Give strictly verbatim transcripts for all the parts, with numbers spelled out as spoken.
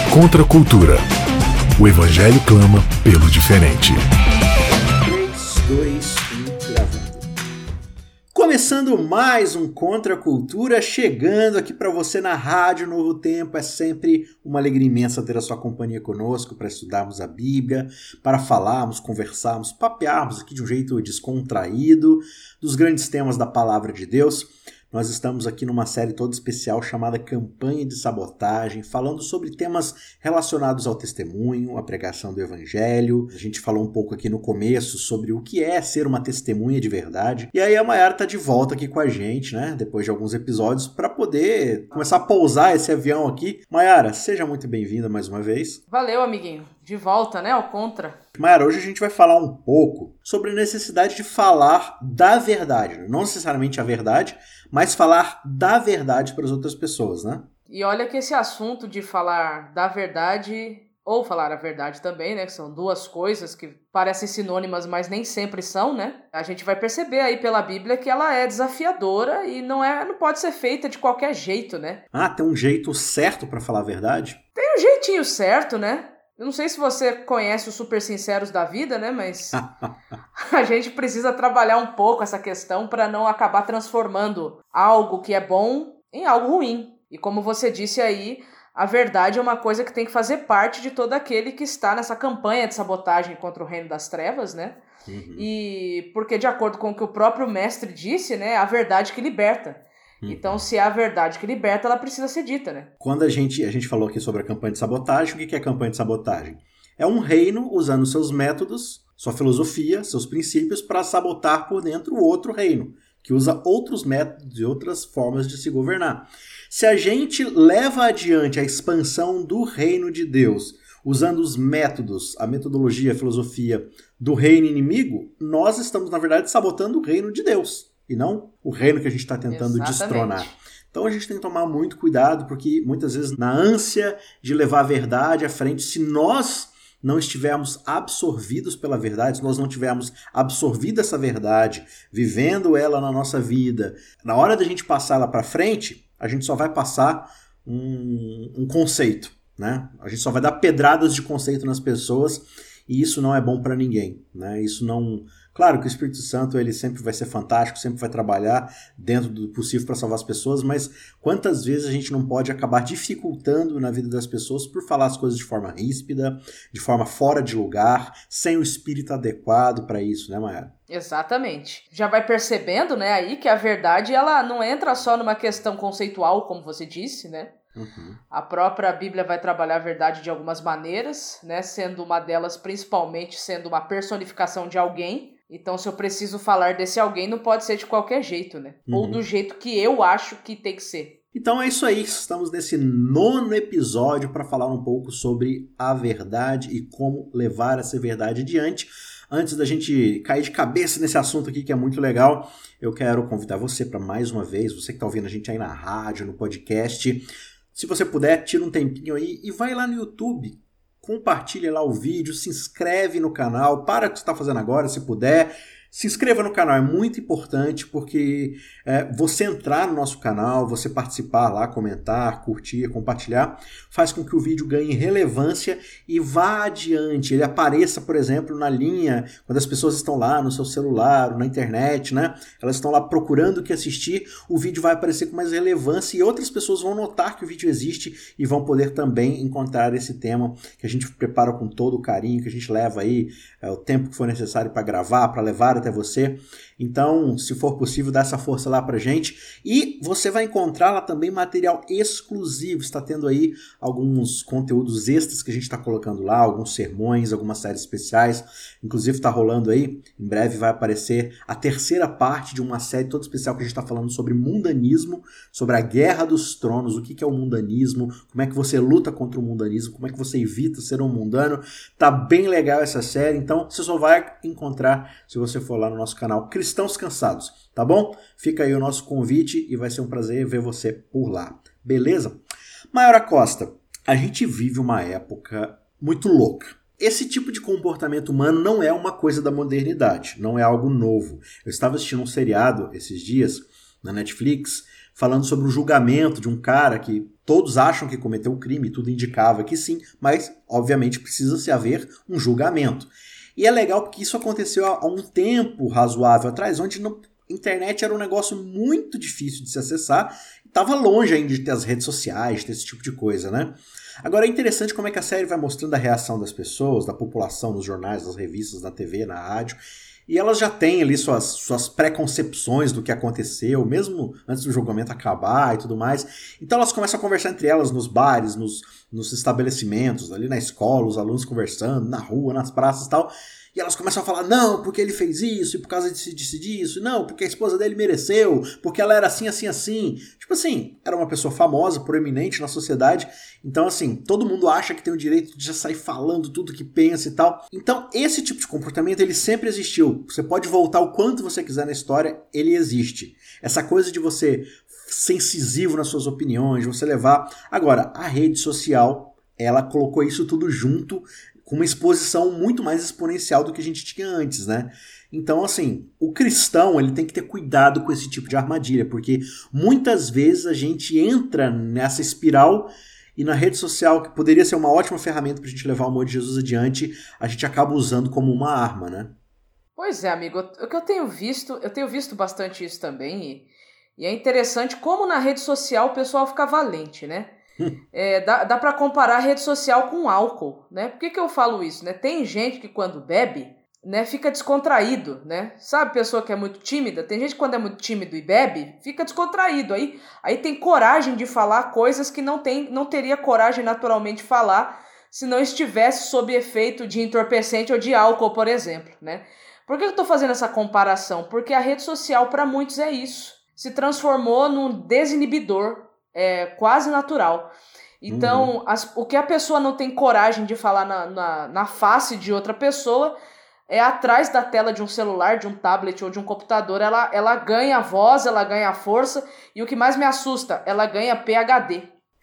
Contra a cultura. O Evangelho clama pelo diferente. três, dois, um, gravando. Começando mais um Contra a Cultura, chegando aqui para você na Rádio Novo Tempo. É sempre uma alegria imensa ter a sua companhia conosco para estudarmos a Bíblia, para falarmos, conversarmos, papearmos aqui de um jeito descontraído dos grandes temas da Palavra de Deus. Nós estamos aqui numa série toda especial chamada Campanha de Sabotagem, falando sobre temas relacionados ao testemunho, à pregação do Evangelho. A gente falou um pouco aqui no começo sobre o que é ser uma testemunha de verdade. E aí a Mayara está de volta aqui com a gente, né? Depois de alguns episódios, para poder começar a pousar esse avião aqui. Mayara, seja muito bem-vinda mais uma vez. Valeu, amiguinho. De volta, né? Ao Contra. Mayara, hoje a gente vai falar um pouco sobre a necessidade de falar da verdade. Não necessariamente a verdade, mas falar da verdade para as outras pessoas, né? E olha que esse assunto de falar da verdade, ou falar a verdade também, né? Que são duas coisas que parecem sinônimas, mas nem sempre são, né? A gente vai perceber aí pela Bíblia que ela é desafiadora e não, é, não pode ser feita de qualquer jeito, né? Ah, tem um jeito certo para falar a verdade? Tem um jeitinho certo, né? Eu não sei se você conhece os super sinceros da vida, né? Mas a gente precisa trabalhar um pouco essa questão para não acabar transformando algo que é bom em algo ruim. E como você disse aí, a verdade é uma coisa que tem que fazer parte de todo aquele que está nessa campanha de sabotagem contra o reino das trevas, né? Uhum. E porque, de acordo com o que o próprio mestre disse, né? A verdade que liberta. Então, se é a verdade que liberta, ela precisa ser dita, né? Quando a gente, a gente falou aqui sobre a campanha de sabotagem, o que é a campanha de sabotagem? É um reino usando seus métodos, sua filosofia, seus princípios para sabotar por dentro o outro reino, que usa outros métodos e outras formas de se governar. Se a gente leva adiante a expansão do reino de Deus, usando os métodos, a metodologia, a filosofia do reino inimigo, nós estamos, na verdade, sabotando o reino de Deus. E não o reino que a gente está tentando Exatamente. destronar. Então a gente tem que tomar muito cuidado, porque muitas vezes na ânsia de levar a verdade à frente, se nós não estivermos absorvidos pela verdade, se nós não tivermos absorvido essa verdade, vivendo ela na nossa vida, na hora da gente passar ela para frente, a gente só vai passar um, um conceito, né? A gente só vai dar pedradas de conceito nas pessoas e isso não é bom para ninguém, né? Isso não... Claro que o Espírito Santo ele sempre vai ser fantástico, sempre vai trabalhar dentro do possível para salvar as pessoas, mas quantas vezes a gente não pode acabar dificultando na vida das pessoas por falar as coisas de forma ríspida, de forma fora de lugar, sem o espírito adequado para isso, né, Mayara? Exatamente. Já vai percebendo, né, aí que a verdade ela não entra só numa questão conceitual, como você disse, né? Uhum. A própria Bíblia vai trabalhar a verdade de algumas maneiras, né? Sendo uma delas principalmente sendo uma personificação de alguém. Então, se eu preciso falar desse alguém, não pode ser de qualquer jeito, né? Uhum. Ou do jeito que eu acho que tem que ser. Então é isso aí, estamos nesse nono episódio para falar um pouco sobre a verdade e como levar essa verdade adiante. Antes da gente cair de cabeça nesse assunto aqui que é muito legal, eu quero convidar você para mais uma vez, você que está ouvindo a gente aí na rádio, no podcast, se você puder, tira um tempinho aí e vai lá no YouTube, compartilha lá o vídeo, se inscreve no canal, para o que você está fazendo agora, se puder. Se inscreva no canal, é muito importante porque é, você entrar no nosso canal, você participar lá, comentar, curtir, compartilhar, faz com que o vídeo ganhe relevância e vá adiante. Ele apareça, por exemplo, na linha, quando as pessoas estão lá no seu celular, ou na internet, né? Elas estão lá procurando o que assistir, o vídeo vai aparecer com mais relevância e outras pessoas vão notar que o vídeo existe e vão poder também encontrar esse tema que a gente prepara com todo o carinho, que a gente leva aí é, o tempo que for necessário para gravar, para levar até você. Então, se for possível, dá essa força lá pra gente. E você vai encontrar lá também material exclusivo. Está tendo aí alguns conteúdos extras que a gente está colocando lá, alguns sermões, algumas séries especiais. Inclusive está rolando aí, em breve vai aparecer a terceira parte de uma série toda especial que a gente está falando sobre mundanismo, sobre a guerra dos tronos, o que é o mundanismo, como é que você luta contra o mundanismo, como é que você evita ser um mundano. Tá bem legal essa série, então você só vai encontrar se você for lá no nosso canal Cristãos Cansados, tá bom? Fica aí o nosso convite e vai ser um prazer ver você por lá, beleza? Mayara Costa, a gente vive uma época muito louca. Esse tipo de comportamento humano não é uma coisa da modernidade, não é algo novo. Eu estava assistindo um seriado esses dias na Netflix falando sobre o julgamento de um cara que todos acham que cometeu um crime, tudo indicava que sim, mas obviamente precisa se haver um julgamento. E é legal porque isso aconteceu há um tempo razoável atrás, onde a internet era um negócio muito difícil de se acessar, estava longe ainda de ter as redes sociais, de ter esse tipo de coisa, né? Agora é interessante como é que a série vai mostrando a reação das pessoas, da população, nos jornais, nas revistas, na T V, na rádio, e elas já têm ali suas, suas preconcepções do que aconteceu, mesmo antes do julgamento acabar e tudo mais. Então elas começam a conversar entre elas nos bares, nos, nos estabelecimentos, ali na escola, os alunos conversando, na rua, nas praças e tal. E elas começam a falar, não, porque ele fez isso, e por causa disso, disso, disso, não, porque a esposa dele mereceu, porque ela era assim, assim, assim. Tipo assim, era uma pessoa famosa, proeminente na sociedade, então assim, todo mundo acha que tem o direito de já sair falando tudo que pensa e tal. Então, esse tipo de comportamento, ele sempre existiu. Você pode voltar o quanto você quiser na história, ele existe. Essa coisa de você ser incisivo nas suas opiniões, de você levar... Agora, a rede social, ela colocou isso tudo junto, com uma exposição muito mais exponencial do que a gente tinha antes, né? Então, assim, o cristão, ele tem que ter cuidado com esse tipo de armadilha, porque muitas vezes a gente entra nessa espiral e na rede social, que poderia ser uma ótima ferramenta pra gente levar o amor de Jesus adiante, a gente acaba usando como uma arma, né? Pois é, amigo, o que eu tenho visto, eu tenho visto bastante isso também, e, e é interessante como na rede social o pessoal fica valente, né? É, dá dá para comparar a rede social com álcool, né? Por que que eu falo isso, né? Tem gente que quando bebe, né, fica descontraído, né? Sabe pessoa que é muito tímida? Tem gente que quando é muito tímido e bebe, fica descontraído. Aí, aí tem coragem de falar coisas que não, tem, não teria coragem naturalmente de falar se não estivesse sob efeito de entorpecente ou de álcool, por exemplo, né? Por que eu tô fazendo essa comparação? Porque a rede social para muitos é isso. Se transformou num desinibidor. É quase natural. Então, uhum. as, o que a pessoa não tem coragem de falar na, na, na face de outra pessoa, é atrás da tela de um celular, de um tablet ou de um computador, ela, ela ganha voz, ela ganha força, e o que mais me assusta, ela ganha P H D.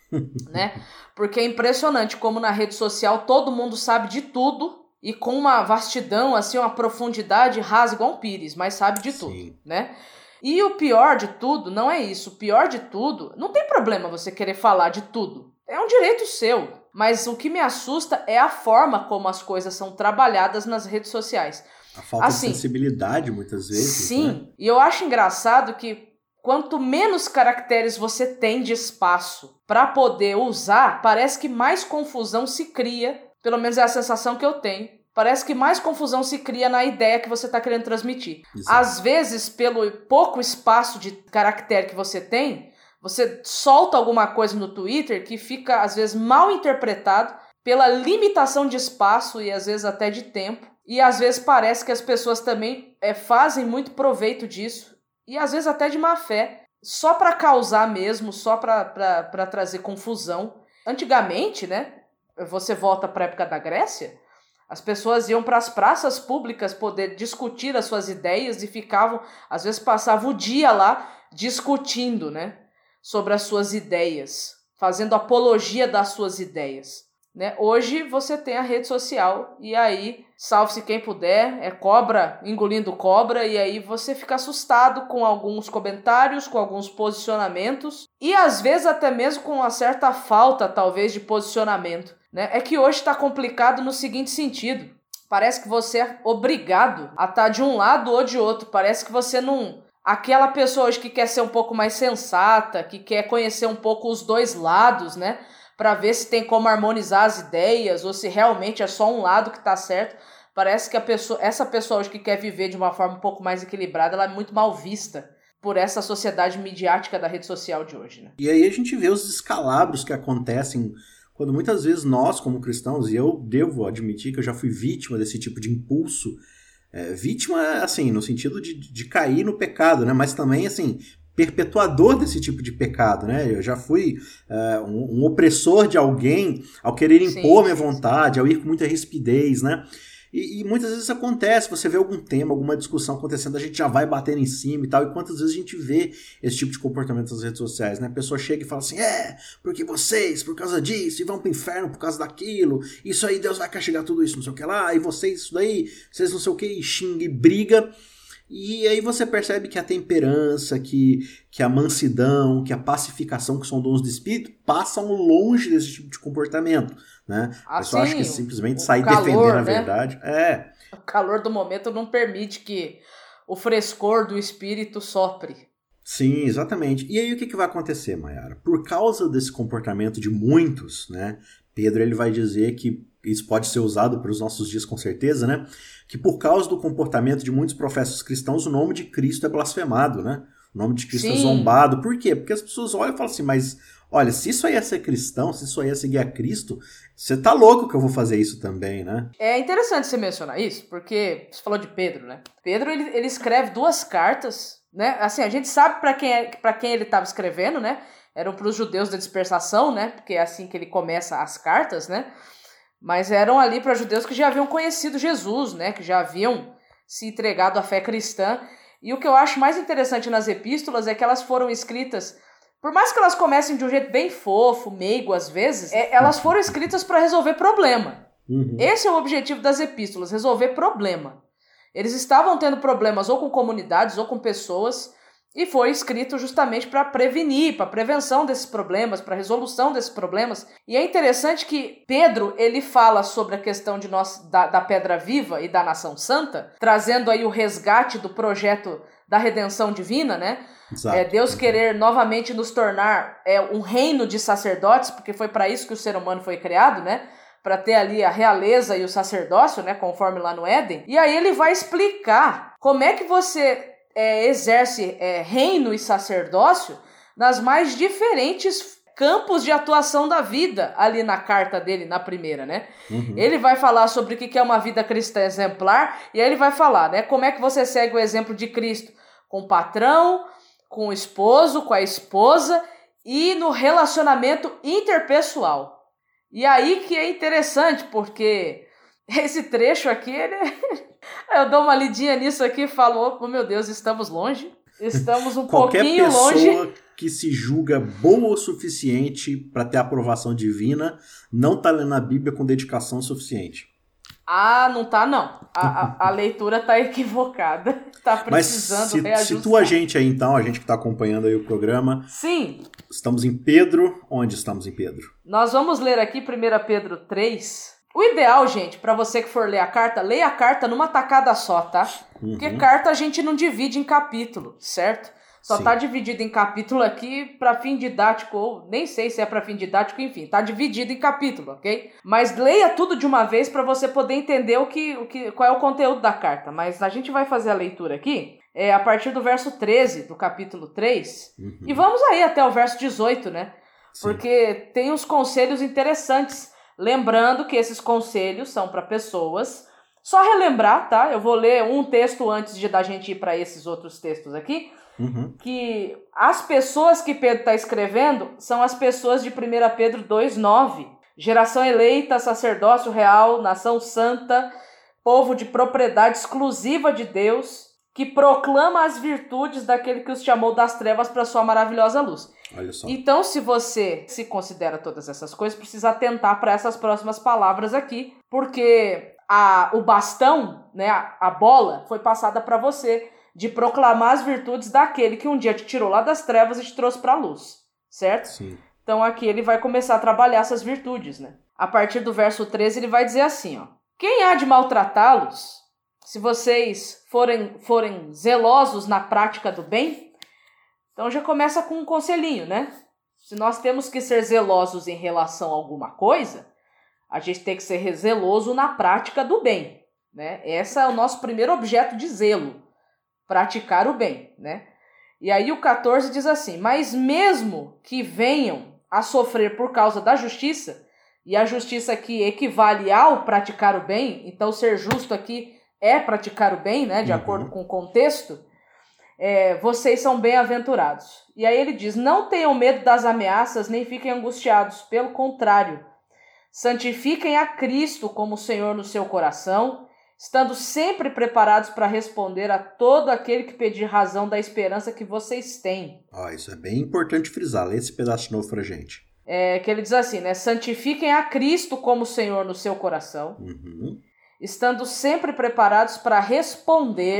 Né? Porque é impressionante como na rede social todo mundo sabe de tudo, e com uma vastidão, assim, uma profundidade, rasa igual um pires, mas sabe de tudo, Sim. né? E o pior de tudo não é isso. O pior de tudo, não tem problema você querer falar de tudo. É um direito seu. Mas o que me assusta é a forma como as coisas são trabalhadas nas redes sociais. A falta assim, de sensibilidade, muitas vezes. Sim. Né? E eu acho engraçado que quanto menos caracteres você tem de espaço para poder usar, parece que mais confusão se cria. Pelo menos é a sensação que eu tenho. Parece que mais confusão se cria na ideia que você está querendo transmitir. Exato. Às vezes, pelo pouco espaço de caractere que você tem, você solta alguma coisa no Twitter que fica, às vezes, mal interpretado pela limitação de espaço e, às vezes, até de tempo. E, às vezes, parece que as pessoas também é, fazem muito proveito disso. E, às vezes, até de má fé. Só para causar mesmo, só para trazer confusão. Antigamente, né? Você volta para a época da Grécia... As pessoas iam para as praças públicas poder discutir as suas ideias e ficavam, às vezes passavam o dia lá discutindo, né, sobre as suas ideias, fazendo apologia das suas ideias. Né? Hoje você tem a rede social e aí, salve-se quem puder, é cobra engolindo cobra e aí você fica assustado com alguns comentários, com alguns posicionamentos e às vezes até mesmo com uma certa falta, talvez, de posicionamento. Né? É que hoje está complicado no seguinte sentido. Parece que você é obrigado a estar de um lado ou de outro. Parece que você não... Aquela pessoa hoje que quer ser um pouco mais sensata, que quer conhecer um pouco os dois lados, né? Para ver se tem como harmonizar as ideias ou se realmente é só um lado que está certo. Parece que a pessoa, essa pessoa hoje que quer viver de uma forma um pouco mais equilibrada, ela é muito mal vista por essa sociedade midiática da rede social de hoje. Né? E aí a gente vê os descalabros que acontecem... Quando muitas vezes nós, como cristãos, e eu devo admitir que eu já fui vítima desse tipo de impulso, é, vítima, assim, no sentido de, de cair no pecado, né? Mas também, assim, perpetuador desse tipo de pecado, né? Eu já fui é, um, um opressor de alguém ao querer impor sim, minha vontade, ao ir com muita rispidez, né? E, e muitas vezes isso acontece, você vê algum tema, alguma discussão acontecendo, a gente já vai batendo em cima e tal, e quantas vezes a gente vê esse tipo de comportamento nas redes sociais, né? A pessoa chega e fala assim, é, porque vocês, por causa disso, e vão pro inferno por causa daquilo, isso aí, Deus vai castigar tudo isso, não sei o que lá, e vocês, isso daí, vocês não sei o que, e xinga e briga, E aí você percebe que a temperança, que, que a mansidão, que a pacificação, que são dons do Espírito, passam longe desse tipo de comportamento, né? A pessoa acha que simplesmente sair calor, defendendo a né? verdade. É. O calor do momento não permite que o frescor do Espírito sopre. Sim, exatamente. E aí o que, que vai acontecer, Mayara? Por causa desse comportamento de muitos, né? Pedro ele vai dizer que isso pode ser usado para os nossos dias com certeza, né? Que por causa do comportamento de muitos professos cristãos, o nome de Cristo é blasfemado, né? O nome de Cristo Sim. é zombado. Por quê? Porque as pessoas olham e falam assim, mas olha, se isso aí é ser cristão, se isso aí é seguir a Cristo, você tá louco que eu vou fazer isso também, né? É interessante você mencionar isso, porque você falou de Pedro, né? Pedro, ele, ele escreve duas cartas, né? Assim, a gente sabe para quem, é, para quem ele estava escrevendo, né? Eram para os judeus da dispersação, né? Porque é assim que ele começa as cartas, né? Mas eram ali para judeus que já haviam conhecido Jesus, né? Que já haviam se entregado à fé cristã. E o que eu acho mais interessante nas epístolas é que elas foram escritas, por mais que elas comecem de um jeito bem fofo, meigo às vezes, é, elas foram escritas para resolver problema. Uhum. Esse é o objetivo das epístolas, resolver problema. Eles estavam tendo problemas ou com comunidades ou com pessoas, e foi escrito justamente para prevenir, para prevenção desses problemas, para resolução desses problemas. E é interessante que Pedro, ele fala sobre a questão de nós, da, da pedra viva e da nação santa, trazendo aí o resgate do projeto da redenção divina, né? É, Deus querer novamente nos tornar é, um reino de sacerdotes, porque foi para isso que o ser humano foi criado, né? Para ter ali a realeza e o sacerdócio, né? Conforme lá no Éden. E aí ele vai explicar como é que você... É, exerce é, reino e sacerdócio nas mais diferentes campos de atuação da vida, ali na carta dele, na primeira, né? Uhum. Ele vai falar sobre o que é uma vida cristã exemplar, e aí ele vai falar, né? Como é que você segue o exemplo de Cristo? Com o patrão, com o esposo, com a esposa e no relacionamento interpessoal. E aí que é interessante, porque esse trecho aqui, ele... eu dou uma lidinha nisso aqui e falo, oh meu Deus, estamos longe, estamos um pouquinho longe. Qualquer pessoa que se julga boa o suficiente para ter a aprovação divina, não tá lendo a Bíblia com dedicação suficiente. Ah, não tá não. A, a, a leitura tá equivocada, tá precisando Mas se, reajustar. Situa a gente aí então, a gente que tá acompanhando aí o programa. Sim. Estamos em Pedro. Onde estamos em Pedro? Nós vamos ler aqui primeira Pedro três. O ideal, gente, para você que for ler a carta, leia a carta numa tacada só, tá? Uhum. Porque carta a gente não divide em capítulo, certo? Só Sim. tá dividido em capítulo aqui para fim didático, ou nem sei se é para fim didático, enfim, tá dividido em capítulo, ok? Mas leia tudo de uma vez para você poder entender o que, o que, qual é o conteúdo da carta. Mas a gente vai fazer a leitura aqui é, a partir do verso treze do capítulo três, uhum. e vamos aí até o verso dezoito, né? Sim. Porque tem uns conselhos interessantes. Lembrando que esses conselhos são para pessoas... Só relembrar, tá? Eu vou ler um texto antes de da gente ir para esses outros textos aqui. Uhum. Que as pessoas que Pedro está escrevendo são as pessoas de primeira Pedro dois, nove. Geração eleita, sacerdócio real, nação santa, povo de propriedade exclusiva de Deus, que proclama as virtudes daquele que os chamou das trevas para sua maravilhosa luz. Olha só. Então, se você se considera todas essas coisas, precisa atentar para essas próximas palavras aqui, porque a, o bastão, né, a, a bola, foi passada para você de proclamar as virtudes daquele que um dia te tirou lá das trevas e te trouxe para a luz, certo? Sim. Então, aqui ele vai começar a trabalhar essas virtudes, né? A partir do verso treze, ele vai dizer assim, ó: quem há de maltratá-los, se vocês forem, forem zelosos na prática do bem? Então já começa com um conselhinho, né? Se nós temos que ser zelosos em relação a alguma coisa, a gente tem que ser zeloso na prática do bem, né? Esse é o nosso primeiro objeto de zelo, praticar o bem, né? E aí o quatorze diz assim: mas mesmo que venham a sofrer por causa da justiça, e a justiça aqui equivale ao praticar o bem, então ser justo aqui é praticar o bem, né? De uhum. acordo com o contexto, é, vocês são bem-aventurados. E aí ele diz: não tenham medo das ameaças, nem fiquem angustiados, pelo contrário, santifiquem a Cristo como Senhor no seu coração, estando sempre preparados para responder a todo aquele que pedir razão da esperança que vocês têm. Ah, isso é bem importante frisar. Lê esse pedaço de novo pra gente. É, que ele diz assim, né? Santifiquem a Cristo como Senhor no seu coração, uhum. estando sempre preparados para responder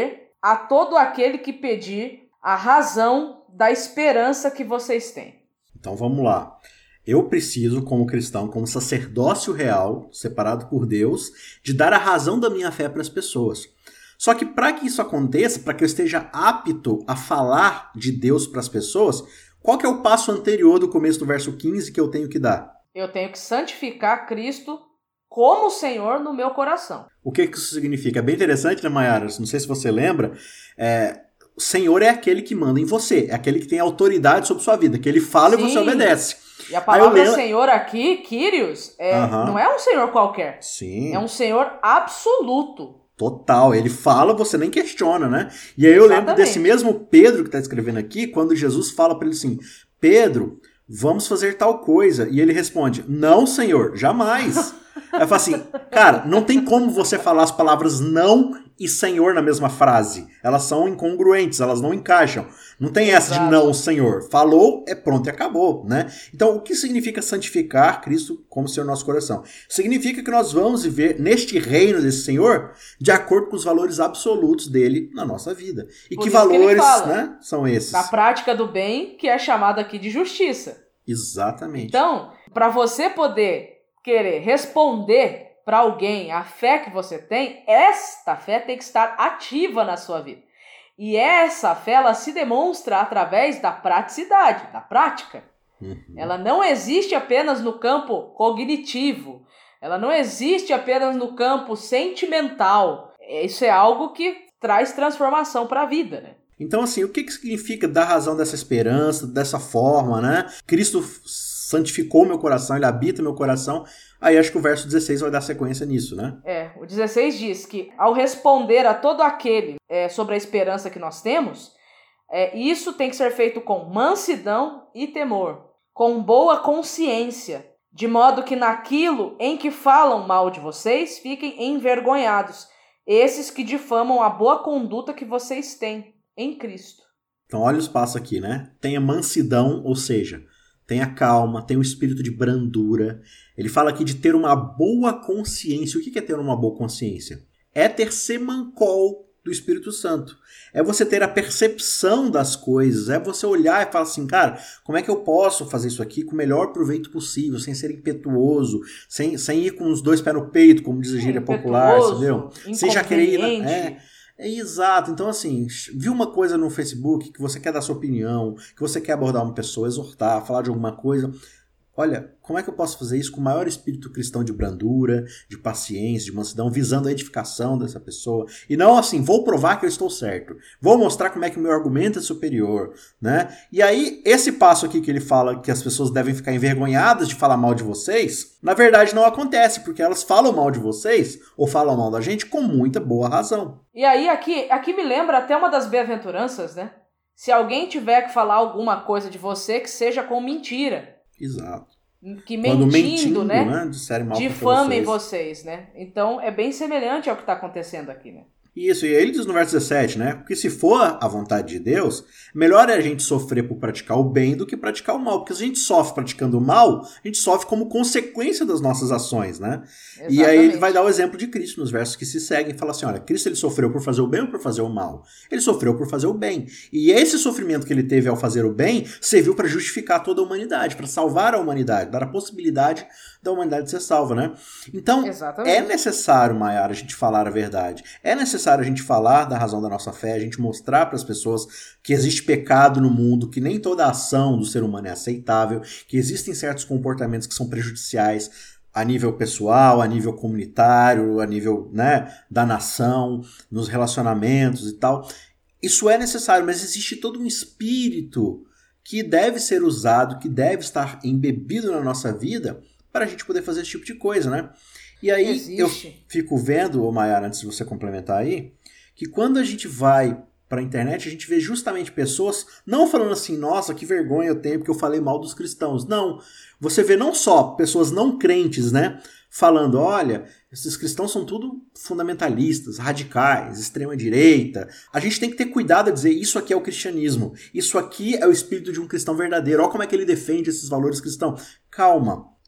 a todo aquele que pedir a razão da esperança que vocês têm. Então vamos lá. Eu preciso, como cristão, como sacerdócio real, separado por Deus, de dar a razão da minha fé para as pessoas. Só que para que isso aconteça, para que eu esteja apto a falar de Deus para as pessoas, qual que é o passo anterior do começo do verso quinze que eu tenho que dar? Eu tenho que santificar Cristo como Senhor no meu coração. O que que isso significa? É bem interessante, né, Mayara? Não sei se você lembra. É, o Senhor é aquele que manda em você, é aquele que tem autoridade sobre sua vida, que ele fala Sim. e você obedece. E a palavra lembro... Senhor aqui, Kyrios, é, uh-huh. não é um Senhor qualquer. Sim. É um Senhor absoluto. Total, ele fala, você nem questiona, né? E aí eu Exatamente. lembro desse mesmo Pedro que está escrevendo aqui, quando Jesus fala para ele assim, Pedro, vamos fazer tal coisa. E ele responde, não, Senhor, jamais. Aí eu falo assim, cara, não tem como você falar as palavras não e Senhor na mesma frase. Elas são incongruentes, elas não encaixam. Não tem essa Exato. de não, Senhor. Falou, é pronto e acabou, né? Então, o que significa santificar Cristo como Senhor no nosso coração? Significa que nós vamos viver neste reino desse Senhor de acordo com os valores absolutos dele na nossa vida. E Por que isso valores, que ele fala, né, são esses? Da prática do bem, que é chamado aqui de justiça. Exatamente. Então, para você poder querer responder para alguém a fé que você tem, esta fé tem que estar ativa na sua vida. E essa fé, ela se demonstra através da praticidade, da prática. Uhum. Ela não existe apenas no campo cognitivo. Ela não existe apenas no campo sentimental. Isso é algo que traz transformação para a vida, né? Então, assim, o que, que significa dar razão dessa esperança, dessa forma, né? Cristo santificou meu coração, ele habita meu coração. Aí acho que o verso dezesseis vai dar sequência nisso, né? É, o dezesseis diz que ao responder a todo aquele é, sobre a esperança que nós temos, é, isso tem que ser feito com mansidão e temor, com boa consciência, de modo que naquilo em que falam mal de vocês, fiquem envergonhados, esses que difamam a boa conduta que vocês têm em Cristo. Então olha os passos aqui, né? Tenha mansidão, ou seja, tenha calma, tenha um espírito de brandura. Ele fala aqui de ter uma boa consciência. O que é ter uma boa consciência? É ter semancol do Espírito Santo. É você ter a percepção das coisas. É você olhar e falar assim, cara, como é que eu posso fazer isso aqui com o melhor proveito possível, sem ser impetuoso, sem, sem ir com os dois pés no peito, como diz a gíria popular, entendeu? Sem já querer ir... É, É exato, então assim, viu uma coisa no Facebook que você quer dar sua opinião, que você quer abordar uma pessoa, exortar, falar de alguma coisa, olha, como é que eu posso fazer isso com o maior espírito cristão de brandura, de paciência, de mansidão, visando a edificação dessa pessoa, e não assim, vou provar que eu estou certo, vou mostrar como é que o meu argumento é superior, né? E aí, esse passo aqui que ele fala que as pessoas devem ficar envergonhadas de falar mal de vocês, na verdade não acontece, porque elas falam mal de vocês, ou falam mal da gente, com muita boa razão. E aí, aqui, aqui me lembra até uma das bem-aventuranças, né? Se alguém tiver que falar alguma coisa de você, que seja com mentira. Exato. Que mentindo, mentindo né, né difamem vocês. vocês, né? Então é bem semelhante ao que está acontecendo aqui, né? Isso, e aí ele diz no verso dezessete, né? Porque se for a vontade de Deus, melhor é a gente sofrer por praticar o bem do que praticar o mal. Porque se a gente sofre praticando o mal, a gente sofre como consequência das nossas ações, né? Exatamente. E aí ele vai dar o exemplo de Cristo nos versos que se seguem e fala assim, olha, Cristo ele sofreu por fazer o bem ou por fazer o mal? Ele sofreu por fazer o bem. E esse sofrimento que ele teve ao fazer o bem serviu para justificar toda a humanidade, para salvar a humanidade, dar a possibilidade da humanidade ser salva, né? Então, Exatamente. é necessário, Mayara, a gente falar a verdade. É necessário a gente falar da razão da nossa fé, a gente mostrar para as pessoas que existe pecado no mundo, que nem toda ação do ser humano é aceitável, que existem certos comportamentos que são prejudiciais a nível pessoal, a nível comunitário, a nível, né, da nação, nos relacionamentos e tal. Isso é necessário, mas existe todo um espírito que deve ser usado, que deve estar embebido na nossa vida para a gente poder fazer esse tipo de coisa, né? E aí Existe. eu fico vendo, Mayara, antes de você complementar aí, que quando a gente vai para a internet, a gente vê justamente pessoas não falando assim, nossa, que vergonha eu tenho porque eu falei mal dos cristãos. Não, você vê não só pessoas não crentes, né, falando, olha, esses cristãos são tudo fundamentalistas, radicais, extrema-direita. A gente tem que ter cuidado a dizer, isso aqui é o cristianismo, isso aqui é o espírito de um cristão verdadeiro, olha como é que ele defende esses valores cristãos. Calma.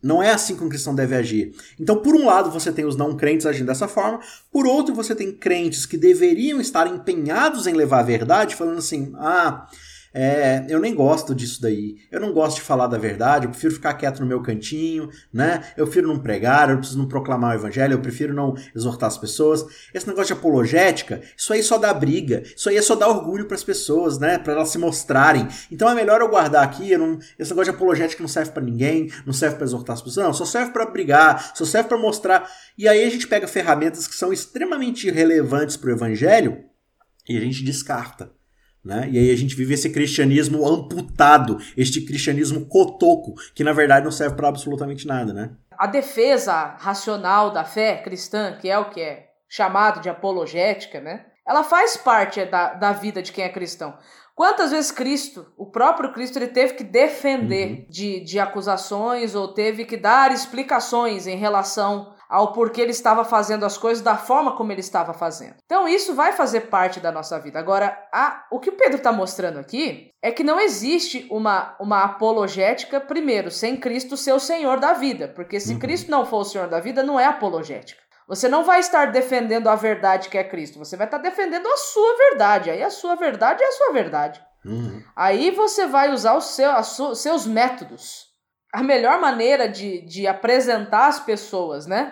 Não é assim que um cristão deve agir. Então, por um lado, você tem os não crentes agindo dessa forma, por outro, você tem crentes que deveriam estar empenhados em levar a verdade, falando assim, ah... É, eu nem gosto disso daí, eu não gosto de falar da verdade, eu prefiro ficar quieto no meu cantinho, né? Eu prefiro não pregar, eu preciso não proclamar o evangelho, eu prefiro não exortar as pessoas. Esse negócio de apologética, isso aí só dá briga, isso aí é só dar orgulho para as pessoas, né? Para elas se mostrarem. Então é melhor eu guardar aqui, eu não, esse negócio de apologética não serve para ninguém, não serve para exortar as pessoas, não, só serve para brigar, só serve para mostrar. E aí a gente pega ferramentas que são extremamente relevantes para o evangelho e a gente descarta. Né? E aí a gente vive esse cristianismo amputado, este cristianismo cotoco, que na verdade não serve para absolutamente nada, né? A defesa racional da fé cristã, que é o que é chamado de apologética, né? Ela faz parte da, da vida de quem é cristão. Quantas vezes Cristo, o próprio Cristo, ele teve que defender uhum. de, de acusações ou teve que dar explicações em relação ao porquê ele estava fazendo as coisas da forma como ele estava fazendo. Então isso vai fazer parte da nossa vida. Agora, a, o que o Pedro está mostrando aqui é que não existe uma, uma apologética, primeiro, sem Cristo ser o Senhor da vida. Porque se uhum. Cristo não for o Senhor da vida, não é apologética. Você não vai estar defendendo a verdade que é Cristo. Você vai estar defendendo a sua verdade. Aí a sua verdade é a sua verdade. Uhum. Aí você vai usar os seu, su, seus métodos. A melhor maneira de, de apresentar às pessoas, né,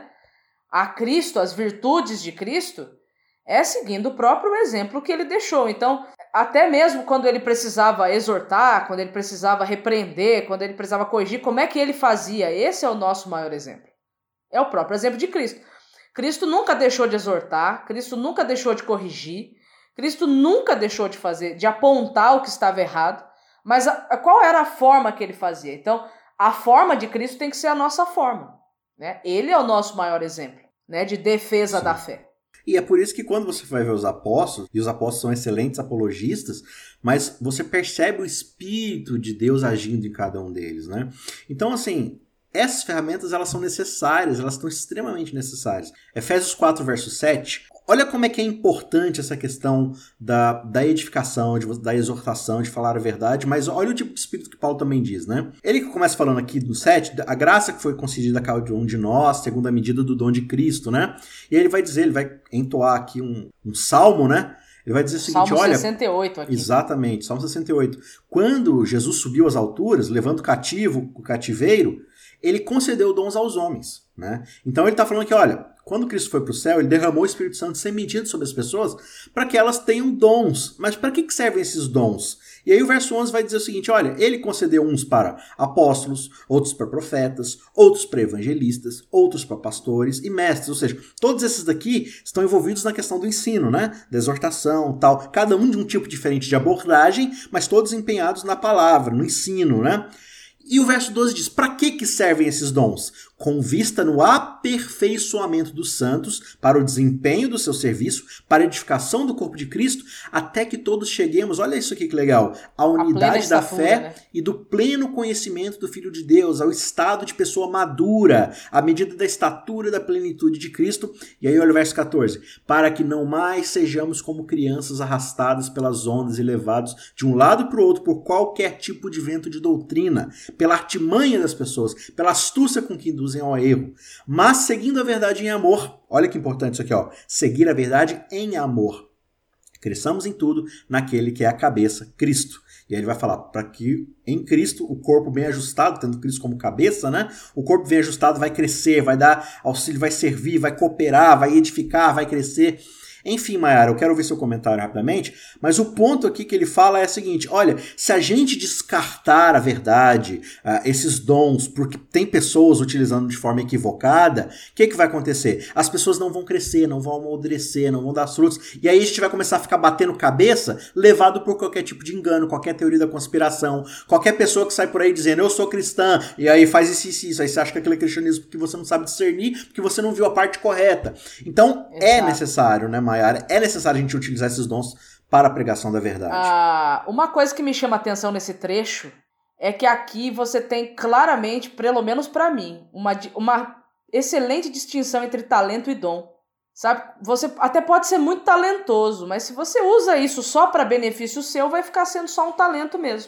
a Cristo, as virtudes de Cristo, é seguindo o próprio exemplo que ele deixou. Então, até mesmo quando ele precisava exortar, quando ele precisava repreender, quando ele precisava corrigir, como é que ele fazia? Esse é o nosso maior exemplo. É o próprio exemplo de Cristo. Cristo nunca deixou de exortar, Cristo nunca deixou de corrigir, Cristo nunca deixou de fazer, de apontar o que estava errado, mas a, a, qual era a forma que ele fazia? Então, a forma de Cristo tem que ser a nossa forma, né? Ele é o nosso maior exemplo, né, de defesa Sim. da fé. E é por isso que quando você vai ver os apóstolos, e os apóstolos são excelentes apologistas, mas você percebe o Espírito de Deus agindo em cada um deles, né? Então, assim, essas ferramentas elas são necessárias, elas estão extremamente necessárias. Efésios quatro, verso sete, olha como é que é importante essa questão da, da edificação, de, da exortação, de falar a verdade, mas olha o tipo de espírito que Paulo também diz, né? Ele começa falando aqui no sete, a graça que foi concedida a cada um de nós, segundo a medida do dom de Cristo, né? E aí ele vai dizer, ele vai entoar aqui um, um salmo, né? Ele vai dizer o seguinte, Salmo olha... sessenta e oito aqui. Exatamente, Salmo sessenta e oito. Quando Jesus subiu às alturas, levando o cativo, o cativeiro, ele concedeu dons aos homens, né? Então ele está falando que, olha, quando Cristo foi para o céu, ele derramou o Espírito Santo sem medida sobre as pessoas para que elas tenham dons. Mas para que, que servem esses dons? E aí o verso onze vai dizer o seguinte, olha, ele concedeu uns para apóstolos, outros para profetas, outros para evangelistas, outros para pastores e mestres. Ou seja, todos esses daqui estão envolvidos na questão do ensino, né? Da exortação, tal. Cada um de um tipo diferente de abordagem, mas todos empenhados na palavra, no ensino, né? E o verso doze diz, para que, que servem esses dons? Com vista no aperfeiçoamento dos santos, para o desempenho do seu serviço, para a edificação do corpo de Cristo, até que todos cheguemos, olha isso aqui que legal, à unidade da fé, né? E do pleno conhecimento do Filho de Deus, ao estado de pessoa madura, à medida da estatura da plenitude de Cristo. E aí olha o verso catorze, para que não mais sejamos como crianças arrastadas pelas ondas e levados de um lado para o outro por qualquer tipo de vento de doutrina, pela artimanha das pessoas, pela astúcia com que induzem ao erro, mas seguindo a verdade em amor. Olha que importante isso aqui, ó. Seguir a verdade em amor. Cresçamos em tudo naquele que é a cabeça, Cristo. E aí ele vai falar, para que em Cristo o corpo bem ajustado, tendo Cristo como cabeça, né? O corpo bem ajustado vai crescer, vai dar auxílio, vai servir, vai cooperar, vai edificar, vai crescer. Enfim, Mayara, eu quero ouvir seu comentário rapidamente, mas o ponto aqui que ele fala é o seguinte, olha, se a gente descartar a verdade, uh, esses dons, porque tem pessoas utilizando de forma equivocada, o que, que vai acontecer? As pessoas não vão crescer, não vão amadurecer, não vão dar frutos, e aí a gente vai começar a ficar batendo cabeça, levado por qualquer tipo de engano, qualquer teoria da conspiração, qualquer pessoa que sai por aí dizendo, eu sou cristã, e aí faz isso, isso, isso, aí você acha que aquele é cristianismo porque você não sabe discernir, porque você não viu a parte correta. Então, Exato. é necessário, né, Mayara? É necessário a gente utilizar esses dons para a pregação da verdade. Ah, uma coisa que me chama a atenção nesse trecho é que aqui você tem claramente, pelo menos para mim, uma, uma excelente distinção entre talento e dom. Sabe? Você até pode ser muito talentoso, mas se você usa isso só para benefício seu, vai ficar sendo só um talento mesmo.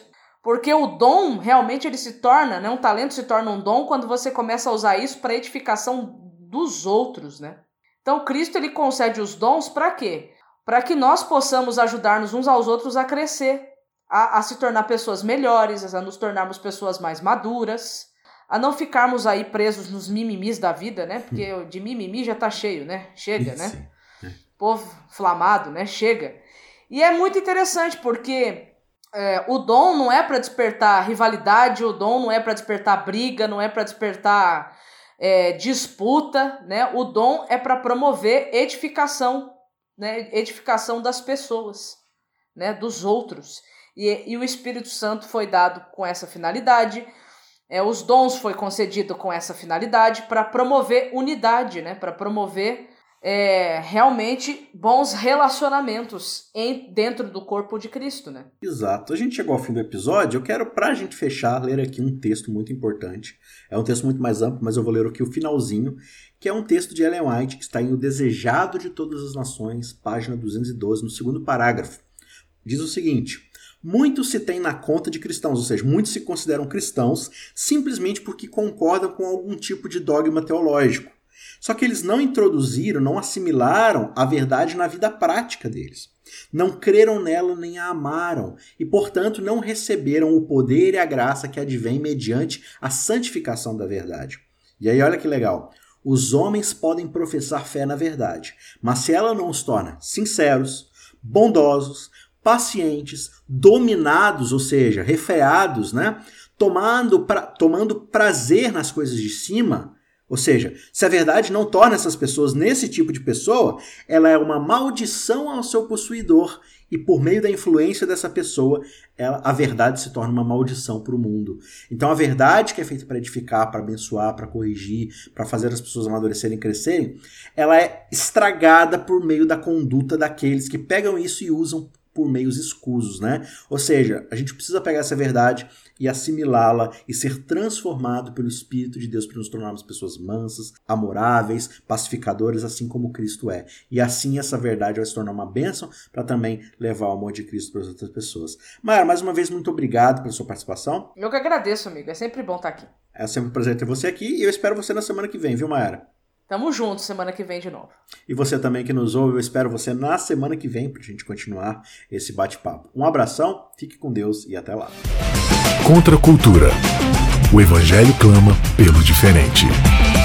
Porque o dom, realmente, ele se torna, né? Um talento se torna um dom quando você começa a usar isso para edificação dos outros, né? Então, Cristo, ele concede os dons para quê? Para que nós possamos ajudar-nos uns aos outros a crescer, a, a se tornar pessoas melhores, a nos tornarmos pessoas mais maduras, a não ficarmos aí presos nos mimimis da vida, né? Porque de mimimi já tá cheio, né? Chega, Isso. né? Povo flamado, né? Chega. E é muito interessante porque é, o dom não é para despertar rivalidade, o dom não é para despertar briga, não é para despertar é, disputa, né? O dom é para promover edificação, né? Edificação das pessoas, né? Dos outros. E, e o Espírito Santo foi dado com essa finalidade, é, os dons foi concedido com essa finalidade para promover unidade, né? Para promover é, realmente bons relacionamentos em, dentro do corpo de Cristo, né? Exato. A gente chegou ao fim do episódio, eu quero, pra gente fechar, ler aqui um texto muito importante. É um texto muito mais amplo, mas eu vou ler aqui o finalzinho, que é um texto de Ellen White, que está em O Desejado de Todas as Nações, página duzentos e doze, no segundo parágrafo. Diz o seguinte: muitos se têm na conta de cristãos, ou seja, muitos se consideram cristãos simplesmente porque concordam com algum tipo de dogma teológico. Só que eles não introduziram, não assimilaram a verdade na vida prática deles. Não creram nela nem a amaram e, portanto, não receberam o poder e a graça que advém mediante a santificação da verdade. E aí, olha que legal. Os homens podem professar fé na verdade, mas se ela não os torna sinceros, bondosos, pacientes, dominados, ou seja, refreados, né? Tomando, pra, tomando prazer nas coisas de cima, ou seja, se a verdade não torna essas pessoas nesse tipo de pessoa, ela é uma maldição ao seu possuidor e por meio da influência dessa pessoa, ela, a verdade se torna uma maldição para o mundo. Então a verdade que é feita para edificar, para abençoar, para corrigir, para fazer as pessoas amadurecerem e crescerem, ela é estragada por meio da conduta daqueles que pegam isso e usam por meios escusos, né? Ou seja, a gente precisa pegar essa verdade e assimilá-la e ser transformado pelo Espírito de Deus para nos tornarmos pessoas mansas, amoráveis, pacificadoras, assim como Cristo é. E assim essa verdade vai se tornar uma bênção para também levar o amor de Cristo para as outras pessoas. Mayara, mais uma vez, muito obrigado pela sua participação. Eu que agradeço, amigo. É sempre bom estar aqui. É sempre um prazer ter você aqui e eu espero você na semana que vem, viu, Mayara? Tamo junto semana que vem de novo. E você também que nos ouve, eu espero você na semana que vem pra gente continuar esse bate-papo. Um abração, fique com Deus e até lá. Contra a cultura. O Evangelho clama pelo diferente.